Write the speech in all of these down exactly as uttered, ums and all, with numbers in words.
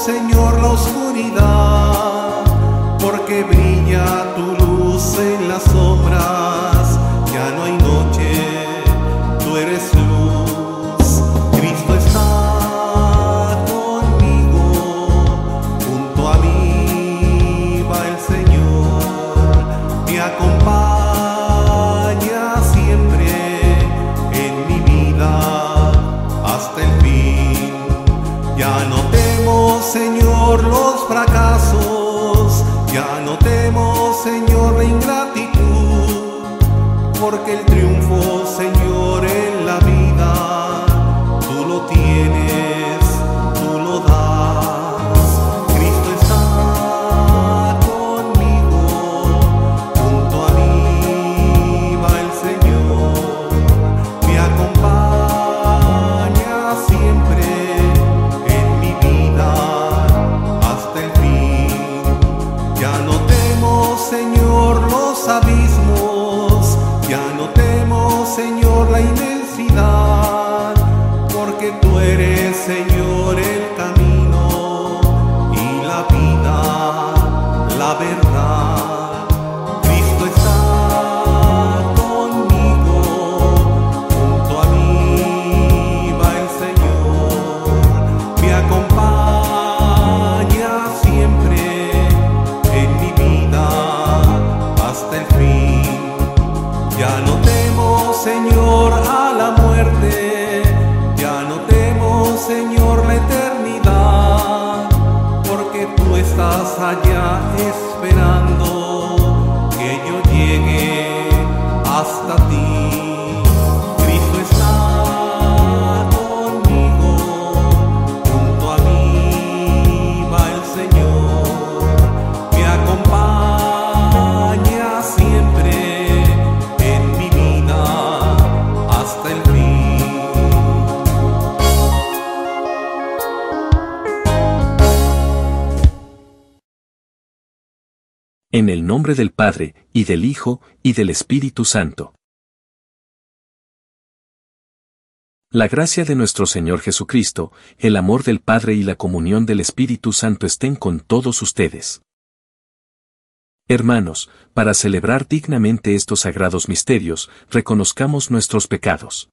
Señor, la oscuridad, porque brilla tu luz en las sombras. Ya no hay noche, tú eres luz. Cristo está conmigo, junto a mí va el Señor, me acompaña siempre en mi vida hasta el fin. Ya no temo, Señor, los fracasos, ya no temo, Señor, la ingratitud, porque el triunfo, Señor, en la vida, tú lo tienes, tú lo das. Cristo está conmigo, junto a mí va el Señor, me acompaña siempre en mi vida hasta el fin. Ya no temo, Señor, los abismos, ya no temo, Señor, la inmensidad, porque tú eres, Señor, el camino y la vida, la verdad. Cristo está conmigo, junto a mí va el Señor, me acompaña siempre en mi vida hasta el fin. Ya no temo, Señor, a la muerte, ya no temo, Señor, la eternidad, porque tú estás allá esperando que yo llegue hasta ti. Cristo está conmigo, junto a mí va el Señor, me acompaña siempre en mi vida hasta el fin. En el nombre del Padre, y del Hijo, y del Espíritu Santo. La gracia de nuestro Señor Jesucristo, el amor del Padre y la comunión del Espíritu Santo estén con todos ustedes. Hermanos, para celebrar dignamente estos sagrados misterios, reconozcamos nuestros pecados.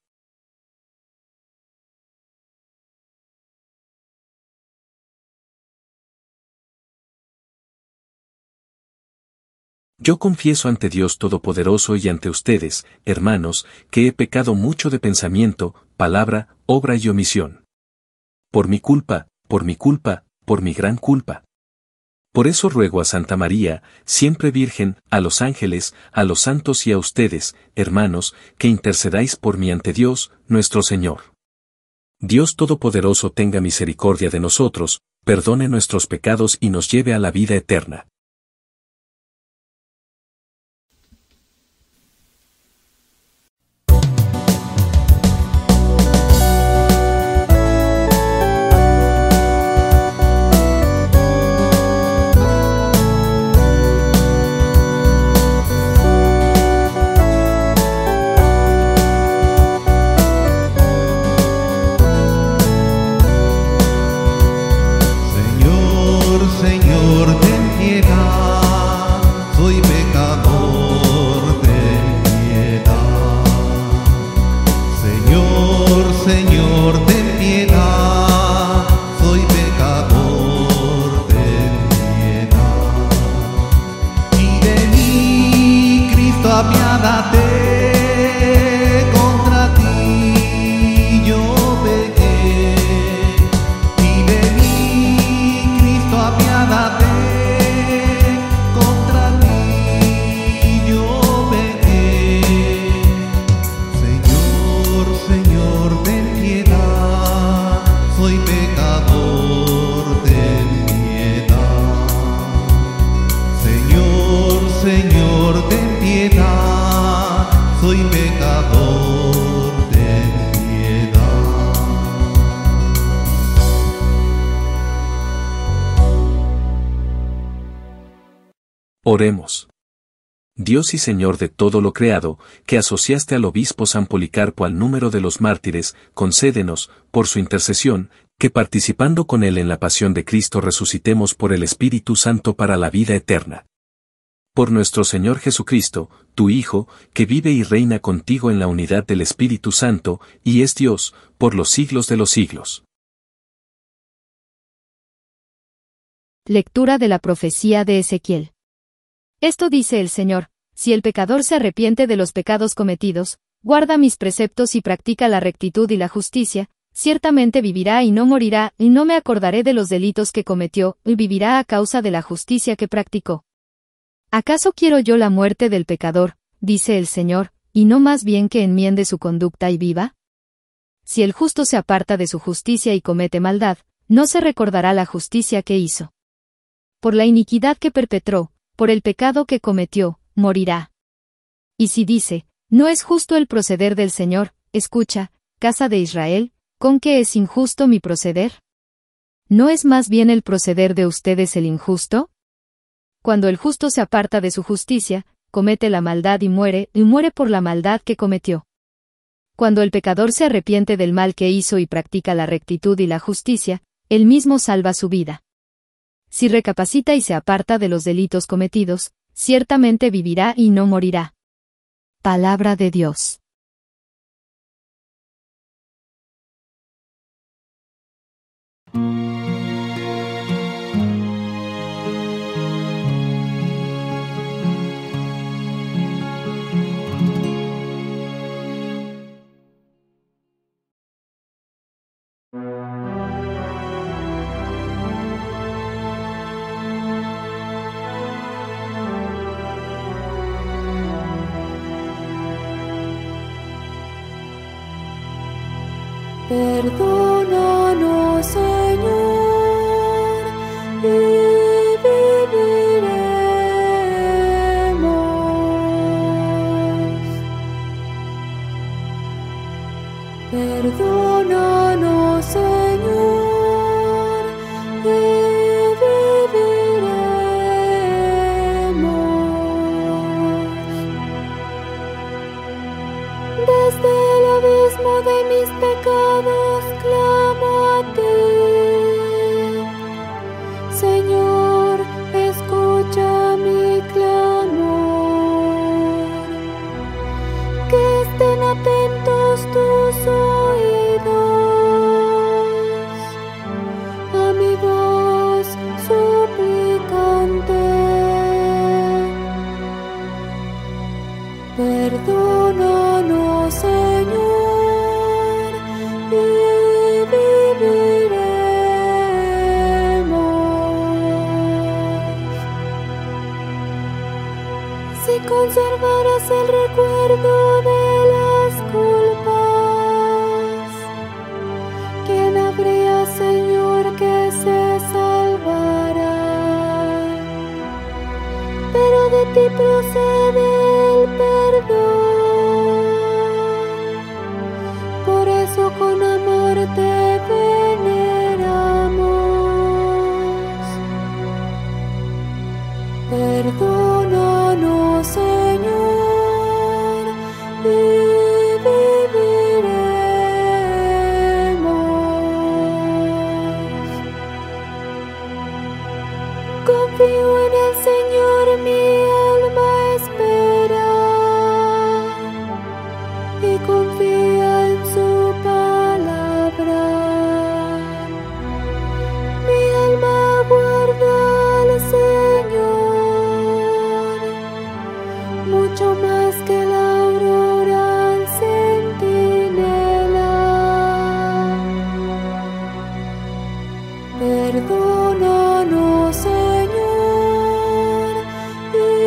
Yo confieso ante Dios Todopoderoso y ante ustedes, hermanos, que he pecado mucho de pensamiento, palabra, obra y omisión. Por mi culpa, por mi culpa, por mi gran culpa. Por eso ruego a Santa María, siempre Virgen, a los ángeles, a los santos y a ustedes, hermanos, que intercedáis por mí ante Dios, nuestro Señor. Dios Todopoderoso tenga misericordia de nosotros, perdone nuestros pecados y nos lleve a la vida eterna. Señor, ten piedad, soy pecador, ten piedad. Señor, Señor, ten piedad, soy pecador, ten piedad. Y de mí, Cristo, apiádate, contra ti yo pequé. Y de mí, Cristo, apiádate, contra ti yo pequé. Señor, Señor, ten piedad, soy pecador, ten piedad. Señor, Señor, ten piedad, soy pecador, ten piedad. Oremos. Dios y Señor de todo lo creado, que asociaste al obispo San Policarpo al número de los mártires, concédenos, por su intercesión, que participando con Él en la pasión de Cristo resucitemos por el Espíritu Santo para la vida eterna. Por nuestro Señor Jesucristo, tu Hijo, que vive y reina contigo en la unidad del Espíritu Santo, y es Dios, por los siglos de los siglos. Lectura de la profecía de Ezequiel. Esto dice el Señor: si el pecador se arrepiente de los pecados cometidos, guarda mis preceptos y practica la rectitud y la justicia, ciertamente vivirá y no morirá, y no me acordaré de los delitos que cometió, y vivirá a causa de la justicia que practicó. ¿Acaso quiero yo la muerte del pecador, dice el Señor, y no más bien que enmiende su conducta y viva? Si el justo se aparta de su justicia y comete maldad, no se recordará la justicia que hizo. Por la iniquidad que perpetró, por el pecado que cometió, morirá. Y si dice, no es justo el proceder del Señor, escucha, casa de Israel, ¿con qué es injusto mi proceder? ¿No es más bien el proceder de ustedes el injusto? Cuando el justo se aparta de su justicia, comete la maldad y muere, y muere por la maldad que cometió. Cuando el pecador se arrepiente del mal que hizo y practica la rectitud y la justicia, él mismo salva su vida. Si recapacita y se aparta de los delitos cometidos, ciertamente vivirá y no morirá. Palabra de Dios. Perdónanos, Señor, y viviremos. Perdónanos, Señor, y viviremos. Desde el abismo de mis pecados clamo a ti, Señor, escucha mi clamor. Que estén atentos tus oídos a mi voz suplicante. Perdónanos, Señor, y viviremos. Si conservaras el recuerdo de las culpas, ¿quién habría, Señor, que se salvara? Pero de ti procede el perdón, por eso con amor te veneramos. Perdónanos, Señor, y viviremos. Confío en el Señor, mi alma espera, y confía en su palabra. Mi alma aguarda al Señor, mucho más que la aurora al centinela. Perdónanos, Señor, y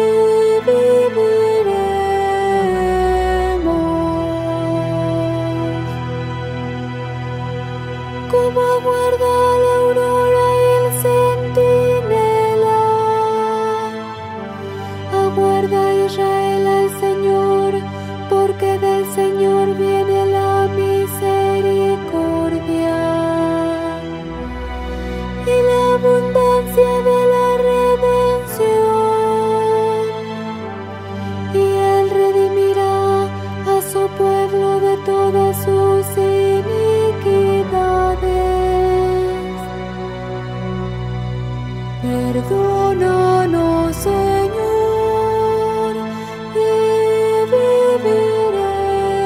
Perdónanos, Señor, y viviremos.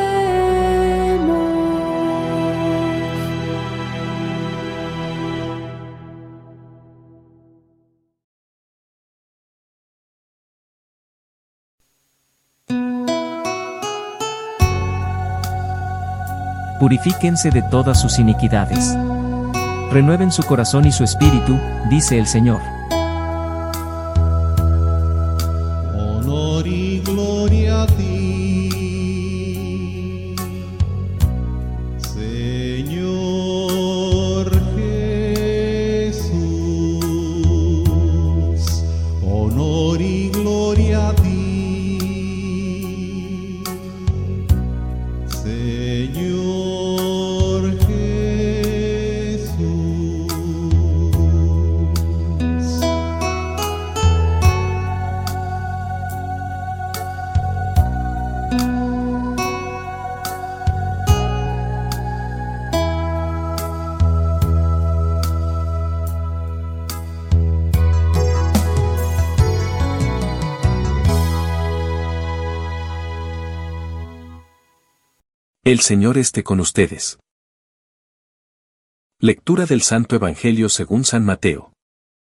Purifíquense de todas sus iniquidades. Renueven su corazón y su espíritu, dice el Señor. Honor y gloria a ti, Señor Jesús. Honor y gloria a ti, Señor Jesús. El Señor esté con ustedes. Lectura del Santo Evangelio según San Mateo.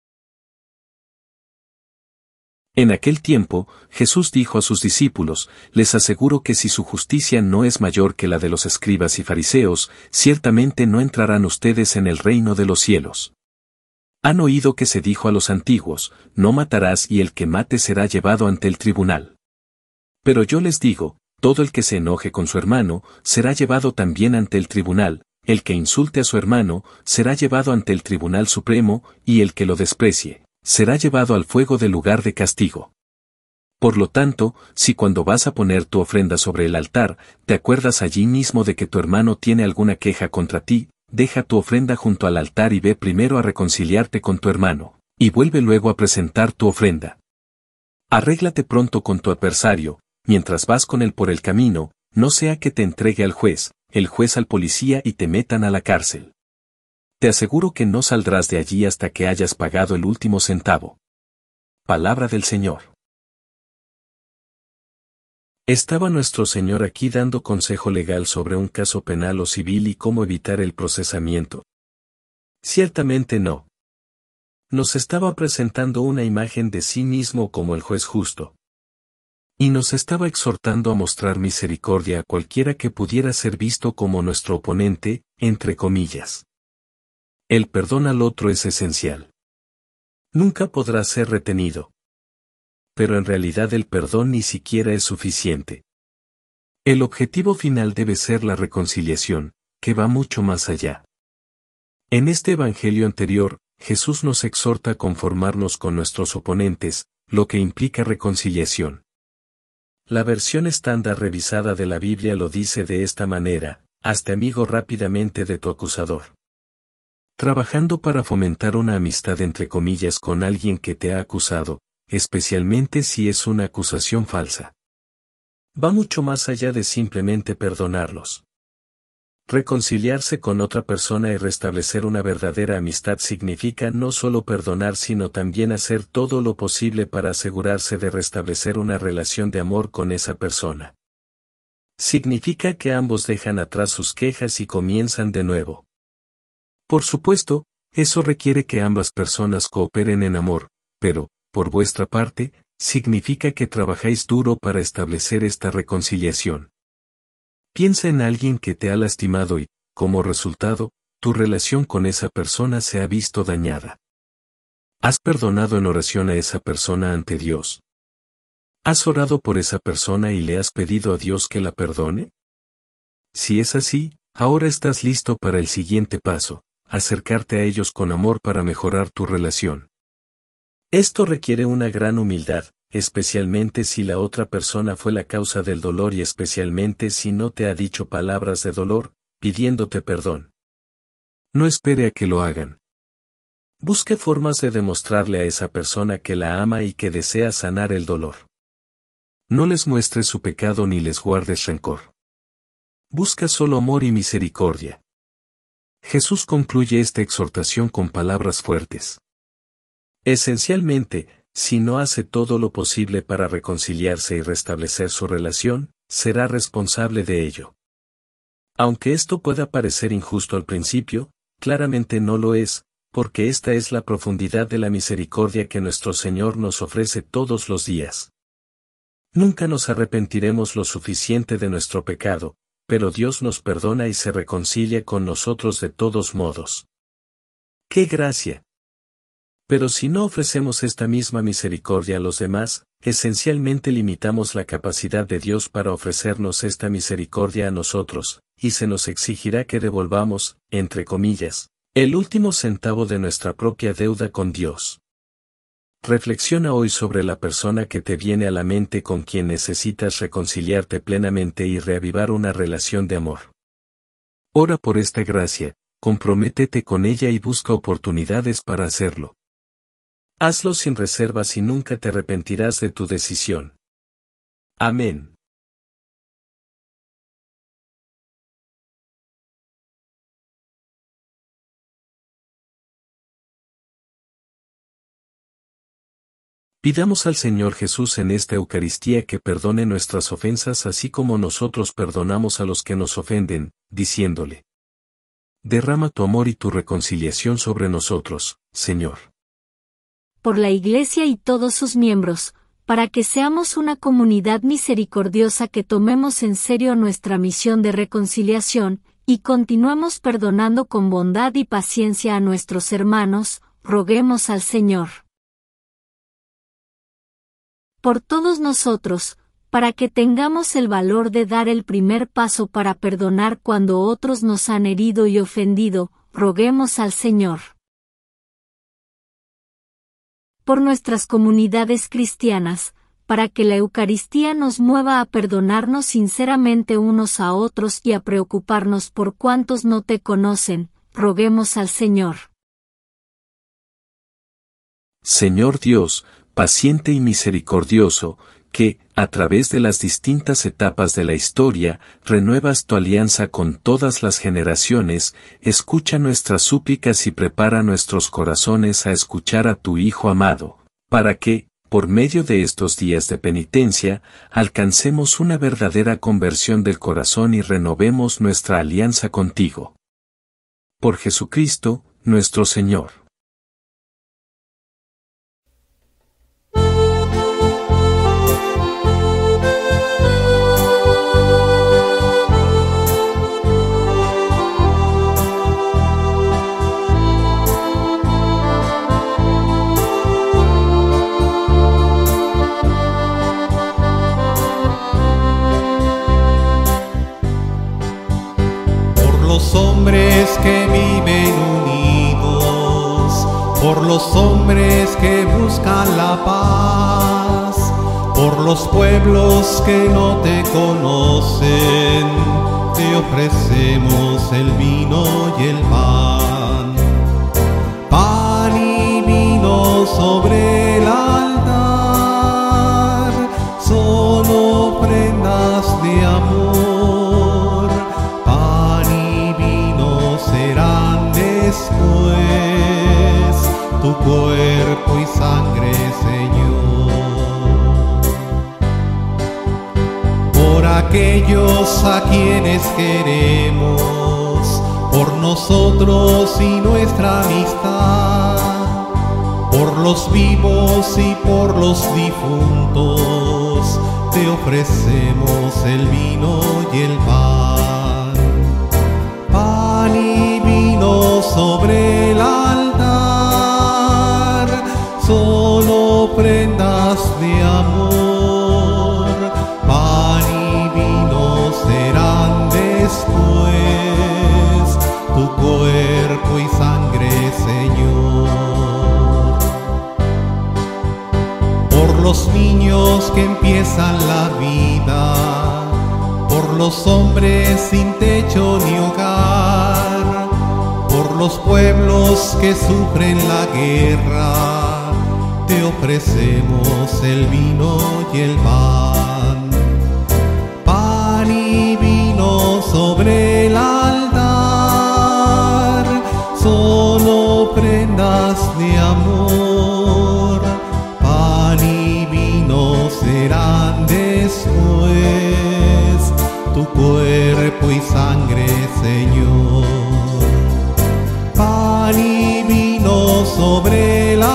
En aquel tiempo, Jesús dijo a sus discípulos, les aseguro que si su justicia no es mayor que la de los escribas y fariseos, ciertamente no entrarán ustedes en el reino de los cielos. Han oído que se dijo a los antiguos, no matarás y el que mate será llevado ante el tribunal. Pero yo les digo, todo el que se enoje con su hermano, será llevado también ante el tribunal, el que insulte a su hermano, será llevado ante el tribunal supremo, y el que lo desprecie, será llevado al fuego del lugar de castigo. Por lo tanto, si cuando vas a poner tu ofrenda sobre el altar, te acuerdas allí mismo de que tu hermano tiene alguna queja contra ti, deja tu ofrenda junto al altar y ve primero a reconciliarte con tu hermano, y vuelve luego a presentar tu ofrenda. Arréglate pronto con tu adversario, mientras vas con él por el camino, no sea que te entregue al juez, el juez al policía y te metan a la cárcel. Te aseguro que no saldrás de allí hasta que hayas pagado el último centavo. Palabra del Señor. Estaba nuestro Señor aquí dando consejo legal sobre un caso penal o civil y cómo evitar el procesamiento. Ciertamente no. Nos estaba presentando una imagen de sí mismo como el juez justo. Y nos estaba exhortando a mostrar misericordia a cualquiera que pudiera ser visto como nuestro oponente, entre comillas. El perdón al otro es esencial. Nunca podrá ser retenido. Pero en realidad el perdón ni siquiera es suficiente. El objetivo final debe ser la reconciliación, que va mucho más allá. En este evangelio anterior, Jesús nos exhorta a conformarnos con nuestros oponentes, lo que implica reconciliación. La versión estándar revisada de la Biblia lo dice de esta manera, hazte amigo rápidamente de tu acusador. Trabajando para fomentar una amistad entre comillas con alguien que te ha acusado, especialmente si es una acusación falsa. Va mucho más allá de simplemente perdonarlos. Reconciliarse con otra persona y restablecer una verdadera amistad significa no solo perdonar sino también hacer todo lo posible para asegurarse de restablecer una relación de amor con esa persona. Significa que ambos dejan atrás sus quejas y comienzan de nuevo. Por supuesto, eso requiere que ambas personas cooperen en amor, pero, por vuestra parte, significa que trabajáis duro para establecer esta reconciliación. Piensa en alguien que te ha lastimado y, como resultado, tu relación con esa persona se ha visto dañada. ¿Has perdonado en oración a esa persona ante Dios? ¿Has orado por esa persona y le has pedido a Dios que la perdone? Si es así, ahora estás listo para el siguiente paso, acercarte a ellos con amor para mejorar tu relación. Esto requiere una gran humildad, especialmente si la otra persona fue la causa del dolor y especialmente si no te ha dicho palabras de dolor, pidiéndote perdón. No espere a que lo hagan. Busque formas de demostrarle a esa persona que la ama y que desea sanar el dolor. No les muestres su pecado ni les guardes rencor. Busca solo amor y misericordia. Jesús concluye esta exhortación con palabras fuertes. Esencialmente, si no hace todo lo posible para reconciliarse y restablecer su relación, será responsable de ello. Aunque esto pueda parecer injusto al principio, claramente no lo es, porque esta es la profundidad de la misericordia que nuestro Señor nos ofrece todos los días. Nunca nos arrepentiremos lo suficiente de nuestro pecado, pero Dios nos perdona y se reconcilia con nosotros de todos modos. ¡Qué gracia! Pero si no ofrecemos esta misma misericordia a los demás, esencialmente limitamos la capacidad de Dios para ofrecernos esta misericordia a nosotros, y se nos exigirá que devolvamos, entre comillas, el último centavo de nuestra propia deuda con Dios. Reflexiona hoy sobre la persona que te viene a la mente con quien necesitas reconciliarte plenamente y reavivar una relación de amor. Ora por esta gracia, comprométete con ella y busca oportunidades para hacerlo. Hazlo sin reservas y nunca te arrepentirás de tu decisión. Amén. Pidamos al Señor Jesús en esta Eucaristía que perdone nuestras ofensas así como nosotros perdonamos a los que nos ofenden, diciéndole: derrama tu amor y tu reconciliación sobre nosotros, Señor. Por la Iglesia y todos sus miembros, para que seamos una comunidad misericordiosa que tomemos en serio nuestra misión de reconciliación, y continuemos perdonando con bondad y paciencia a nuestros hermanos, roguemos al Señor. Por todos nosotros, para que tengamos el valor de dar el primer paso para perdonar cuando otros nos han herido y ofendido, roguemos al Señor. Por nuestras comunidades cristianas, para que la Eucaristía nos mueva a perdonarnos sinceramente unos a otros y a preocuparnos por cuantos no te conocen, roguemos al Señor. Señor Dios, paciente y misericordioso, que, a través de las distintas etapas de la historia, renuevas tu alianza con todas las generaciones, escucha nuestras súplicas y prepara nuestros corazones a escuchar a tu Hijo amado, para que, por medio de estos días de penitencia, alcancemos una verdadera conversión del corazón y renovemos nuestra alianza contigo. Por Jesucristo, nuestro Señor. Los hombres que viven unidos, por los hombres que buscan la paz, por los pueblos que no te conocen, te ofrecemos el vino y el pan. Pan y vino sobre el altar, son ofrendas de amor. Serán después tu cuerpo y sangre, Señor. Por aquellos a quienes queremos, por nosotros y nuestra amistad, por los vivos y por los difuntos, te ofrecemos el vino y el pan. Pan y vino sobre el altar, son ofrendas de amor. Pan y vino serán después tu cuerpo y sangre, Señor. Por los niños que empiezan la vida, por los hombres sin techo ni hogar, por los pueblos que sufren la guerra, te ofrecemos el vino y el pan. Pan y vino sobre el altar, son ofrendas de amor. después tu cuerpo y sangre, Señor. Pan y vino sobre el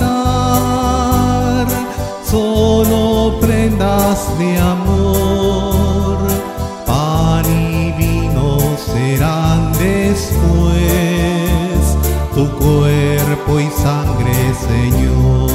altar son ofrendas de amor. Pan y vino serán después tu cuerpo y sangre, Señor.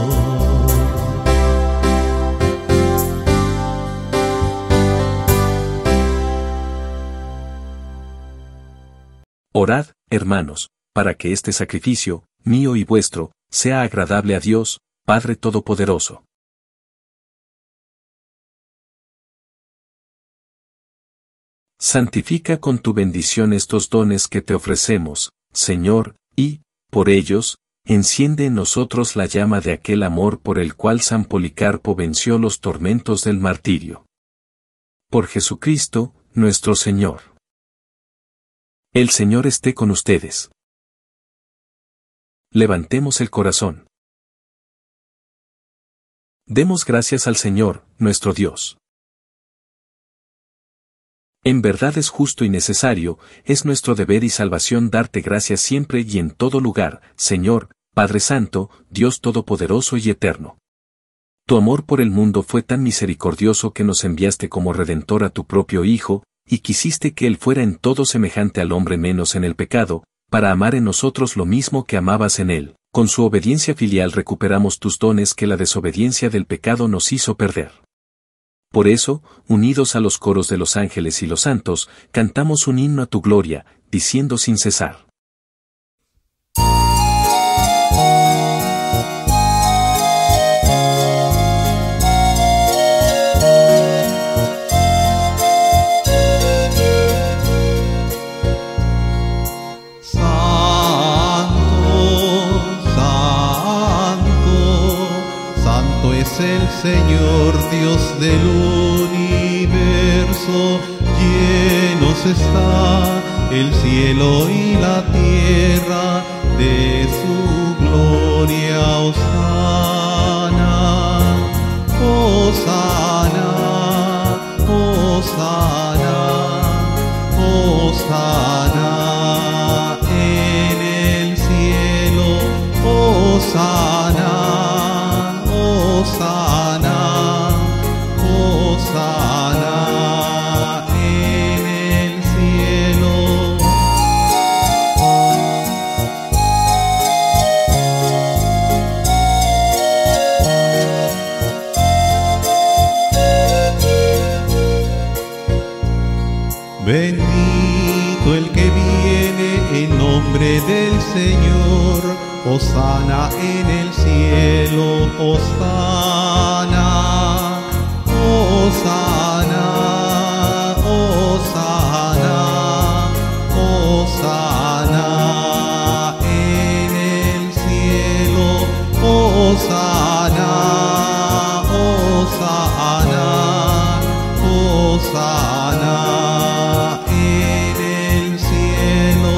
Orad, hermanos, para que este sacrificio, mío y vuestro, sea agradable a Dios, Padre Todopoderoso. Santifica con tu bendición estos dones que te ofrecemos, Señor, y, por ellos, enciende en nosotros la llama de aquel amor por el cual San Policarpo venció los tormentos del martirio. Por Jesucristo, nuestro Señor. El Señor esté con ustedes. Levantemos el corazón. Demos gracias al Señor, nuestro Dios. En verdad es justo y necesario, es nuestro deber y salvación darte gracias siempre y en todo lugar, Señor, Padre Santo, Dios Todopoderoso y Eterno. Tu amor por el mundo fue tan misericordioso que nos enviaste como Redentor a tu propio Hijo, y quisiste que Él fuera en todo semejante al hombre menos en el pecado, para amar en nosotros lo mismo que amabas en Él. Con su obediencia filial recuperamos tus dones que la desobediencia del pecado nos hizo perder. Por eso, unidos a los coros de los ángeles y los santos, cantamos un himno a tu gloria, diciendo sin cesar. El Señor Dios del universo, llenos está el cielo y la tierra de su gloria. Hosana, Hosana, Hosana, Hosana en el cielo, Hosana. Hosana, Hosana en el cielo. Bendito el que viene en nombre del Señor. Hosana en el cielo, Hosana, Hosana, Hosana, Hosana en el cielo, Hosana, Hosana, Hosana en el cielo.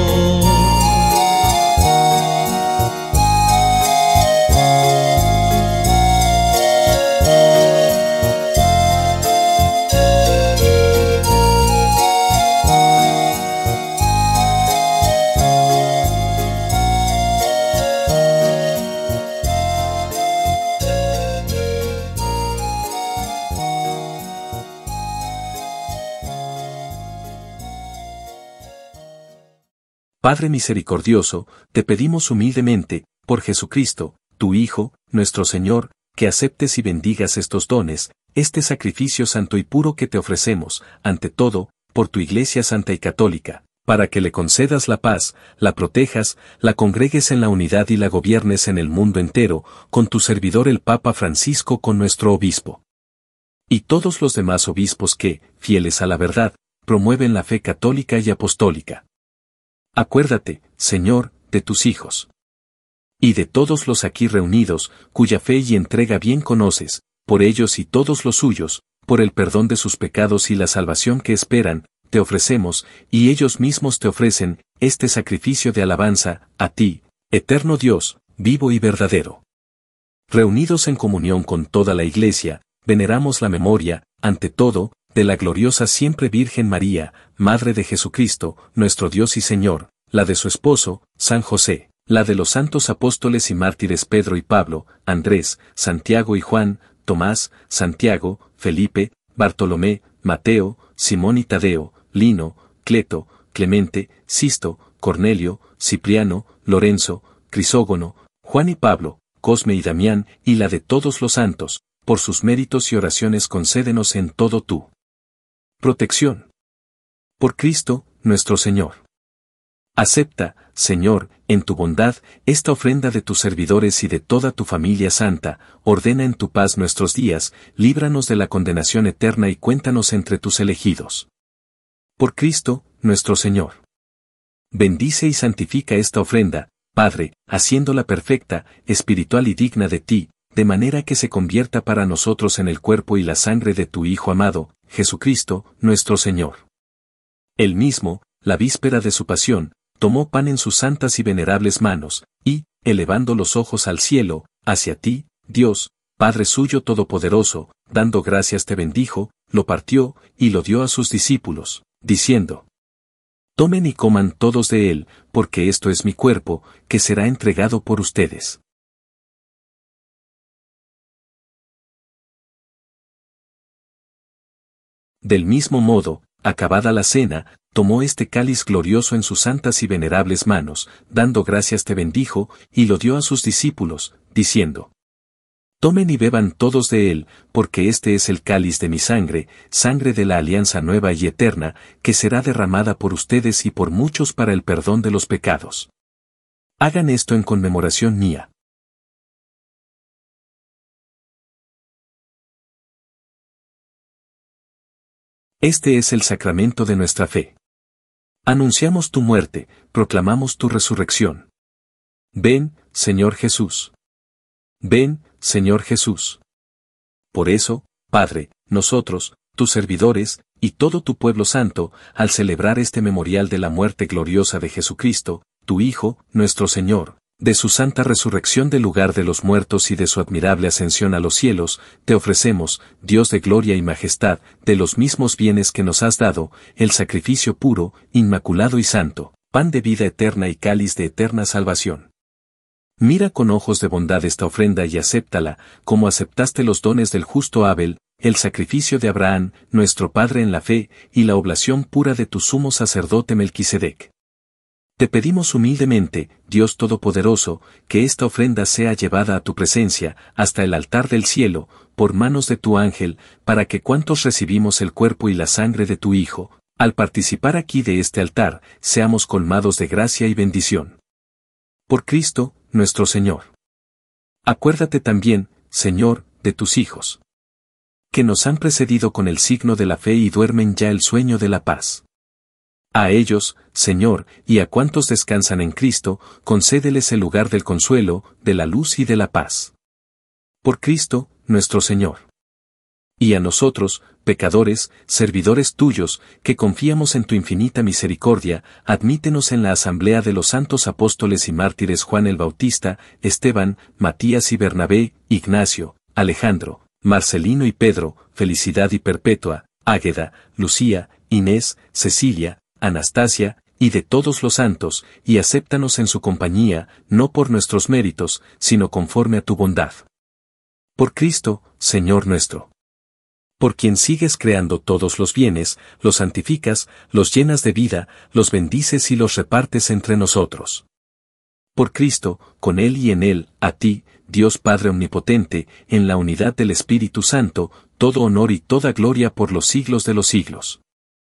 Padre misericordioso, te pedimos humildemente, por Jesucristo, tu Hijo, nuestro Señor, que aceptes y bendigas estos dones, este sacrificio santo y puro que te ofrecemos, ante todo, por tu Iglesia santa y católica, para que le concedas la paz, la protejas, la congregues en la unidad y la gobiernes en el mundo entero, con tu servidor el Papa Francisco con nuestro obispo. Y todos los demás obispos que, fieles a la verdad, promueven la fe católica y apostólica. Acuérdate, Señor, de tus hijos. Y de todos los aquí reunidos, cuya fe y entrega bien conoces, por ellos y todos los suyos, por el perdón de sus pecados y la salvación que esperan, te ofrecemos, y ellos mismos te ofrecen, este sacrificio de alabanza, a ti, eterno Dios, vivo y verdadero. Reunidos en comunión con toda la Iglesia, veneramos la memoria, ante todo, de la gloriosa siempre Virgen María, Madre de Jesucristo, nuestro Dios y Señor, la de su esposo, San José, la de los santos apóstoles y mártires Pedro y Pablo, Andrés, Santiago y Juan, Tomás, Santiago, Felipe, Bartolomé, Mateo, Simón y Tadeo, Lino, Cleto, Clemente, Sisto, Cornelio, Cipriano, Lorenzo, Crisógono, Juan y Pablo, Cosme y Damián, y la de todos los santos, por sus méritos y oraciones concédenos en todo tu protección. Por Cristo, nuestro Señor. Acepta, Señor, en tu bondad, esta ofrenda de tus servidores y de toda tu familia santa, ordena en tu paz nuestros días, líbranos de la condenación eterna y cuéntanos entre tus elegidos. Por Cristo, nuestro Señor. Bendice y santifica esta ofrenda, Padre, haciéndola perfecta, espiritual y digna de ti, de manera que se convierta para nosotros en el cuerpo y la sangre de tu Hijo amado, Jesucristo, nuestro Señor. Él mismo, la víspera de su pasión, tomó pan en sus santas y venerables manos, y, elevando los ojos al cielo, hacia ti, Dios, Padre suyo todopoderoso, dando gracias te bendijo, lo partió, y lo dio a sus discípulos, diciendo: Tomen y coman todos de él, porque esto es mi cuerpo, que será entregado por ustedes. Del mismo modo, acabada la cena, tomó este cáliz glorioso en sus santas y venerables manos, dando gracias te bendijo, y lo dio a sus discípulos, diciendo: Tomen y beban todos de él, porque este es el cáliz de mi sangre, sangre de la alianza nueva y eterna, que será derramada por ustedes y por muchos para el perdón de los pecados. Hagan esto en conmemoración mía. Este es el sacramento de nuestra fe. Anunciamos tu muerte, proclamamos tu resurrección. Ven, Señor Jesús. Ven, Señor Jesús. Por eso, Padre, nosotros, tus servidores, y todo tu pueblo santo, al celebrar este memorial de la muerte gloriosa de Jesucristo, tu Hijo, nuestro Señor, de su santa resurrección del lugar de los muertos y de su admirable ascensión a los cielos, te ofrecemos, Dios de gloria y majestad, de los mismos bienes que nos has dado, el sacrificio puro, inmaculado y santo, pan de vida eterna y cáliz de eterna salvación. Mira con ojos de bondad esta ofrenda y acéptala, como aceptaste los dones del justo Abel, el sacrificio de Abraham, nuestro Padre en la fe, y la oblación pura de tu sumo sacerdote Melquisedec. Te pedimos humildemente, Dios Todopoderoso, que esta ofrenda sea llevada a tu presencia, hasta el altar del cielo, por manos de tu ángel, para que cuantos recibimos el cuerpo y la sangre de tu Hijo, al participar aquí de este altar, seamos colmados de gracia y bendición. Por Cristo, nuestro Señor. Acuérdate también, Señor, de tus hijos, que nos han precedido con el signo de la fe y duermen ya el sueño de la paz. A ellos, Señor, y a cuantos descansan en Cristo, concédeles el lugar del consuelo, de la luz y de la paz. Por Cristo, nuestro Señor. Y a nosotros, pecadores, servidores tuyos, que confiamos en tu infinita misericordia, admítenos en la asamblea de los santos apóstoles y mártires Juan el Bautista, Esteban, Matías y Bernabé, Ignacio, Alejandro, Marcelino y Pedro, Felicidad y Perpetua, Águeda, Lucía, Inés, Cecilia, Anastasia, y de todos los santos, y acéptanos en su compañía, no por nuestros méritos, sino conforme a tu bondad. Por Cristo, Señor nuestro. Por quien sigues creando todos los bienes, los santificas, los llenas de vida, los bendices y los repartes entre nosotros. Por Cristo, con Él y en Él, a ti, Dios Padre Omnipotente, en la unidad del Espíritu Santo, todo honor y toda gloria por los siglos de los siglos.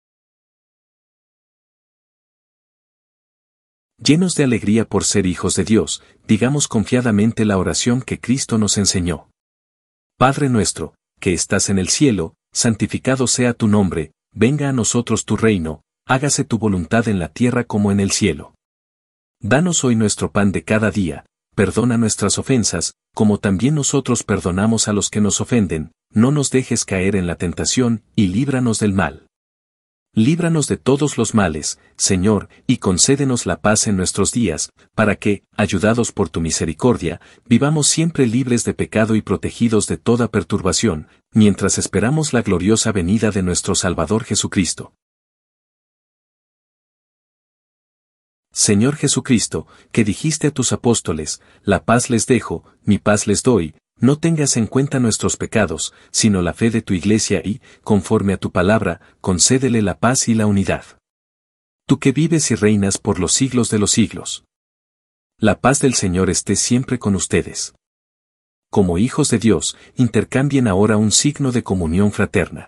Llenos de alegría por ser hijos de Dios, digamos confiadamente la oración que Cristo nos enseñó. Padre nuestro, que estás en el cielo, santificado sea tu nombre, venga a nosotros tu reino, hágase tu voluntad en la tierra como en el cielo. Danos hoy nuestro pan de cada día, perdona nuestras ofensas, como también nosotros perdonamos a los que nos ofenden, no nos dejes caer en la tentación, y líbranos del mal. Líbranos de todos los males, Señor, y concédenos la paz en nuestros días, para que, ayudados por tu misericordia, vivamos siempre libres de pecado y protegidos de toda perturbación, mientras esperamos la gloriosa venida de nuestro Salvador Jesucristo. Señor Jesucristo, que dijiste a tus apóstoles, la paz les dejo, mi paz les doy, no tengas en cuenta nuestros pecados, sino la fe de tu Iglesia y, conforme a tu palabra, concédele la paz y la unidad. Tú que vives y reinas por los siglos de los siglos. La paz del Señor esté siempre con ustedes. Como hijos de Dios, intercambien ahora un signo de comunión fraterna.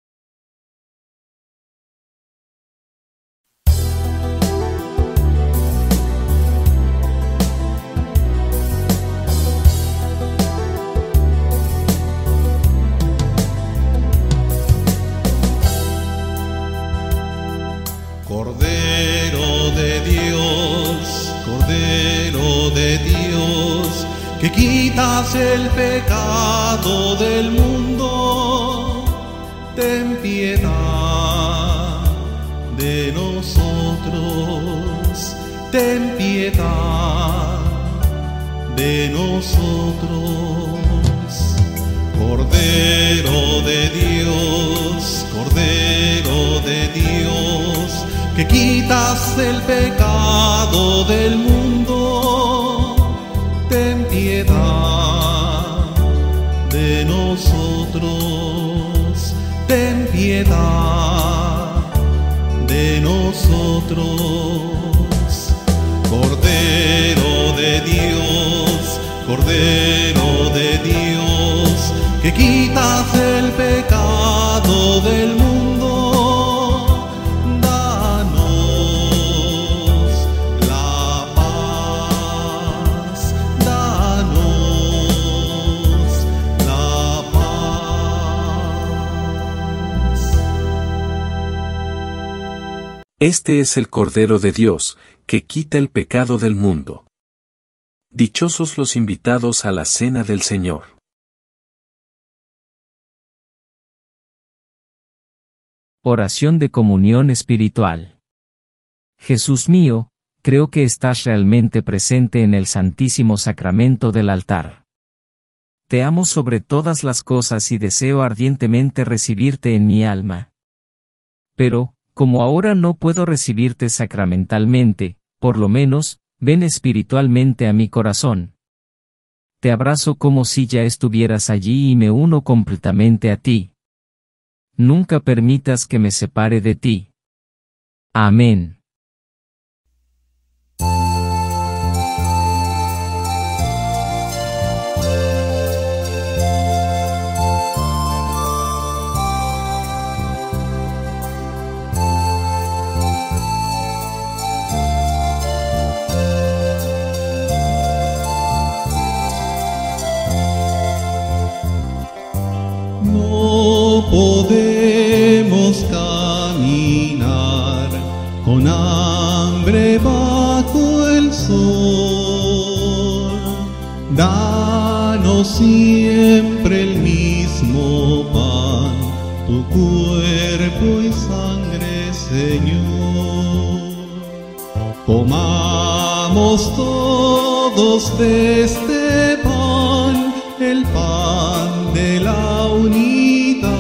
Cordero de Dios, Cordero de Dios, que quitas el pecado del mundo, ten piedad de nosotros, ten piedad de nosotros. Cordero de Dios, Cordero de Dios, que quitas el pecado del mundo, ten piedad de nosotros, ten piedad de nosotros. Cordero de Dios, Cordero de Dios, que quitas el pecado del mundo, danos la paz, danos la paz. Este es el Cordero de Dios, que quita el pecado del mundo. Dichosos los invitados a la cena del Señor. Oración de comunión espiritual. Jesús mío, creo que estás realmente presente en el Santísimo Sacramento del altar. Te amo sobre todas las cosas y deseo ardientemente recibirte en mi alma. Pero, como ahora no puedo recibirte sacramentalmente, por lo menos, ven espiritualmente a mi corazón. Te abrazo como si ya estuvieras allí y me uno completamente a ti. Nunca permitas que me separe de ti. Amén. No podemos caminar con hambre bajo el sol. Danos siempre el mismo pan, tu cuerpo y sangre, Señor. Comamos todos de este pan, el pan de la unidad.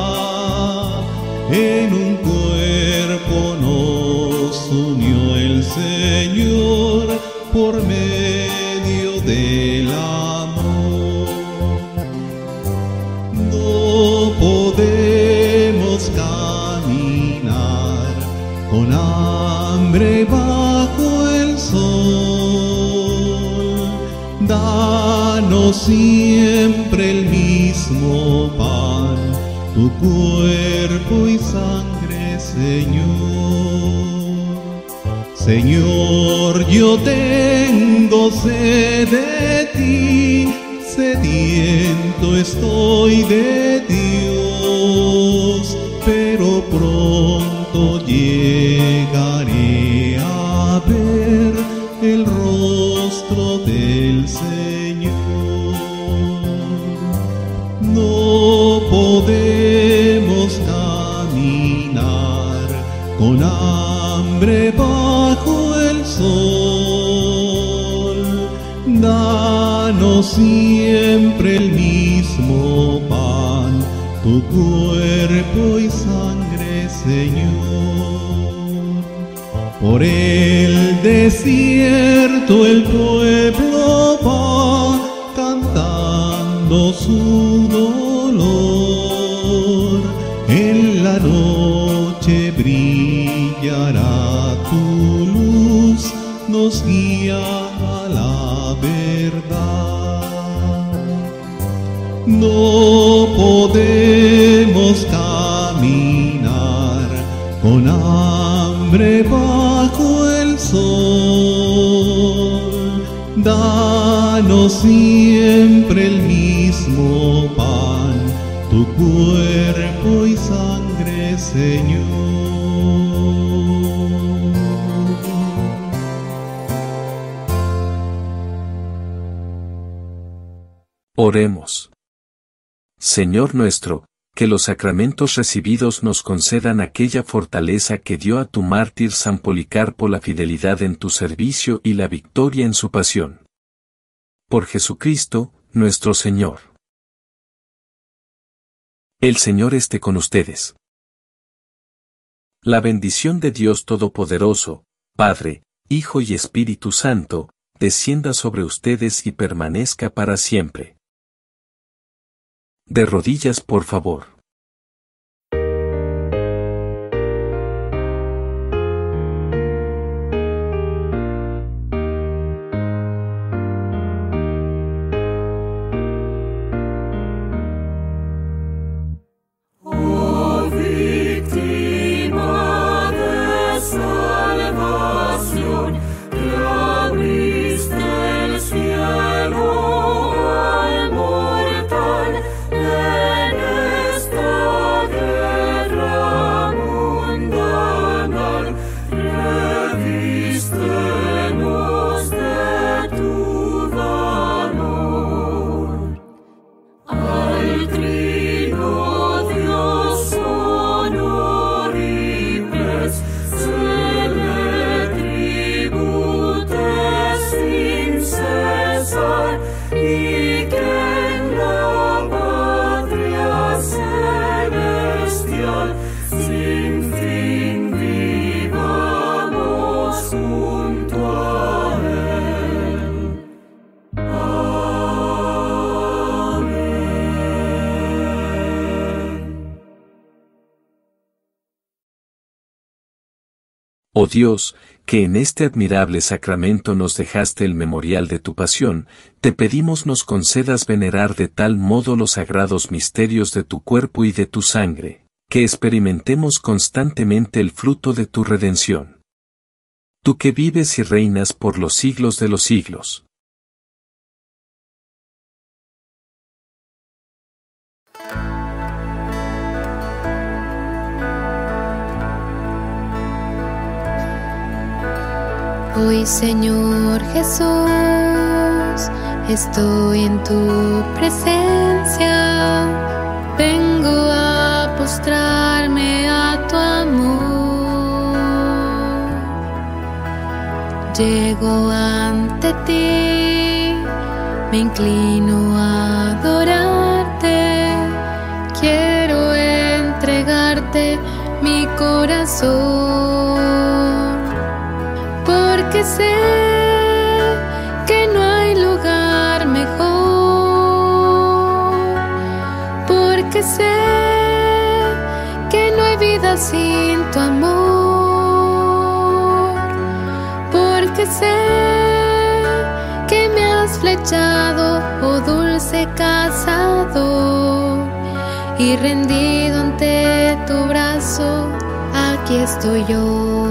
En un cuerpo nos unió el Señor por medio del amor. No podemos caminar con hambre bajo el sol. Danos siempre el mismo pan, tu cuerpo y sangre, Señor. Señor, yo tengo sed de ti, sediento estoy de Dios, pero pronto llegaré a ver el rostro del Señor. No podemos caminar Danos siempre el mismo pan, tu cuerpo y sangre, Señor. Por el desierto el pueblo va cantando su dolor. En la noche brillará tu luz, nos guía a la verdad. No podemos caminar con hambre bajo el sol. Danos siempre el mismo pan, tu cuerpo y sangre, Señor. Oremos. Señor nuestro, que los sacramentos recibidos nos concedan aquella fortaleza que dio a tu mártir San Policarpo la fidelidad en tu servicio y la victoria en su pasión. Por Jesucristo, nuestro Señor. El Señor esté con ustedes. La bendición de Dios Todopoderoso, Padre, Hijo y Espíritu Santo, descienda sobre ustedes y permanezca para siempre. De rodillas, por favor. Oh, víctima de salvación, que abriste el cielo al mortal. En esta guerra mundanal, revístenos de tu valor. Al trino Dios honor y paz, se le tribute sin cesar, y que en la patria celestial sin fin vivamos junto a él. Amén. Oh Dios, que en este admirable sacramento nos dejaste el memorial de tu pasión, te pedimos nos concedas venerar de tal modo los sagrados misterios de tu cuerpo y de tu sangre, que experimentemos constantemente el fruto de tu redención. Tú que vives y reinas por los siglos de los siglos. Hoy, Señor Jesús, estoy en tu presencia. Vengo a postrarme a tu amor. Llego ante ti, me inclino a adorarte. Quiero entregarte mi corazón. Porque sé que no hay lugar mejor, porque sé que no hay vida sin tu amor, porque sé que me has flechado, oh dulce cazador, y rendido ante tu brazo, aquí estoy yo.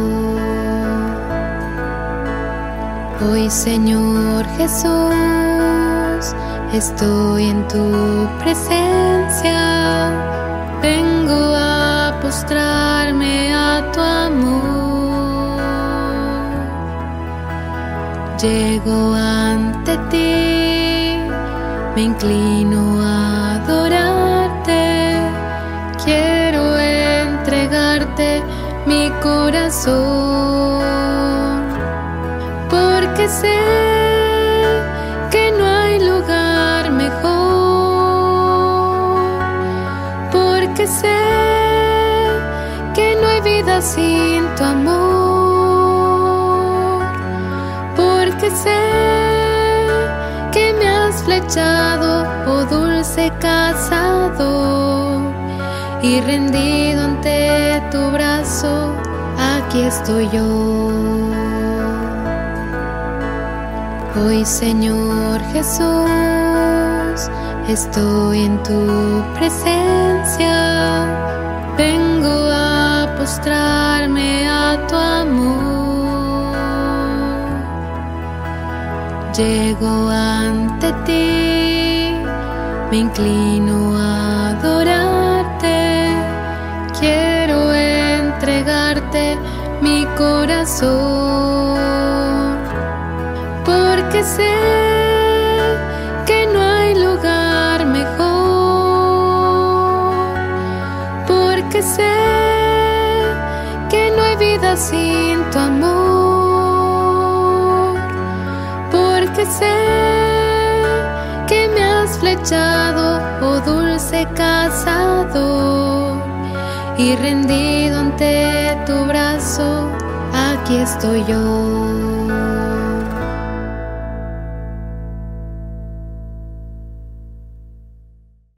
Hoy, Señor Jesús, estoy en tu presencia. Vengo a postrarme a tu amor. Llego ante ti, me inclino a adorarte. Quiero entregarte mi corazón. Porque sé que no hay lugar sé que no hay vida sin tu amor, porque sé que me has flechado, oh dulce cazador, y rendido ante tu brazo, aquí estoy yo. Hoy, Señor Jesús, estoy en tu presencia, vengo a postrarme a tu amor. Llego ante ti, me inclino a adorarte, quiero entregarte mi corazón, porque sé que no hay lugar mejor, porque sé que no hay vida sin tu amor, porque sé que me has flechado, oh dulce cazador, y rendido ante tu brazo, aquí estoy yo.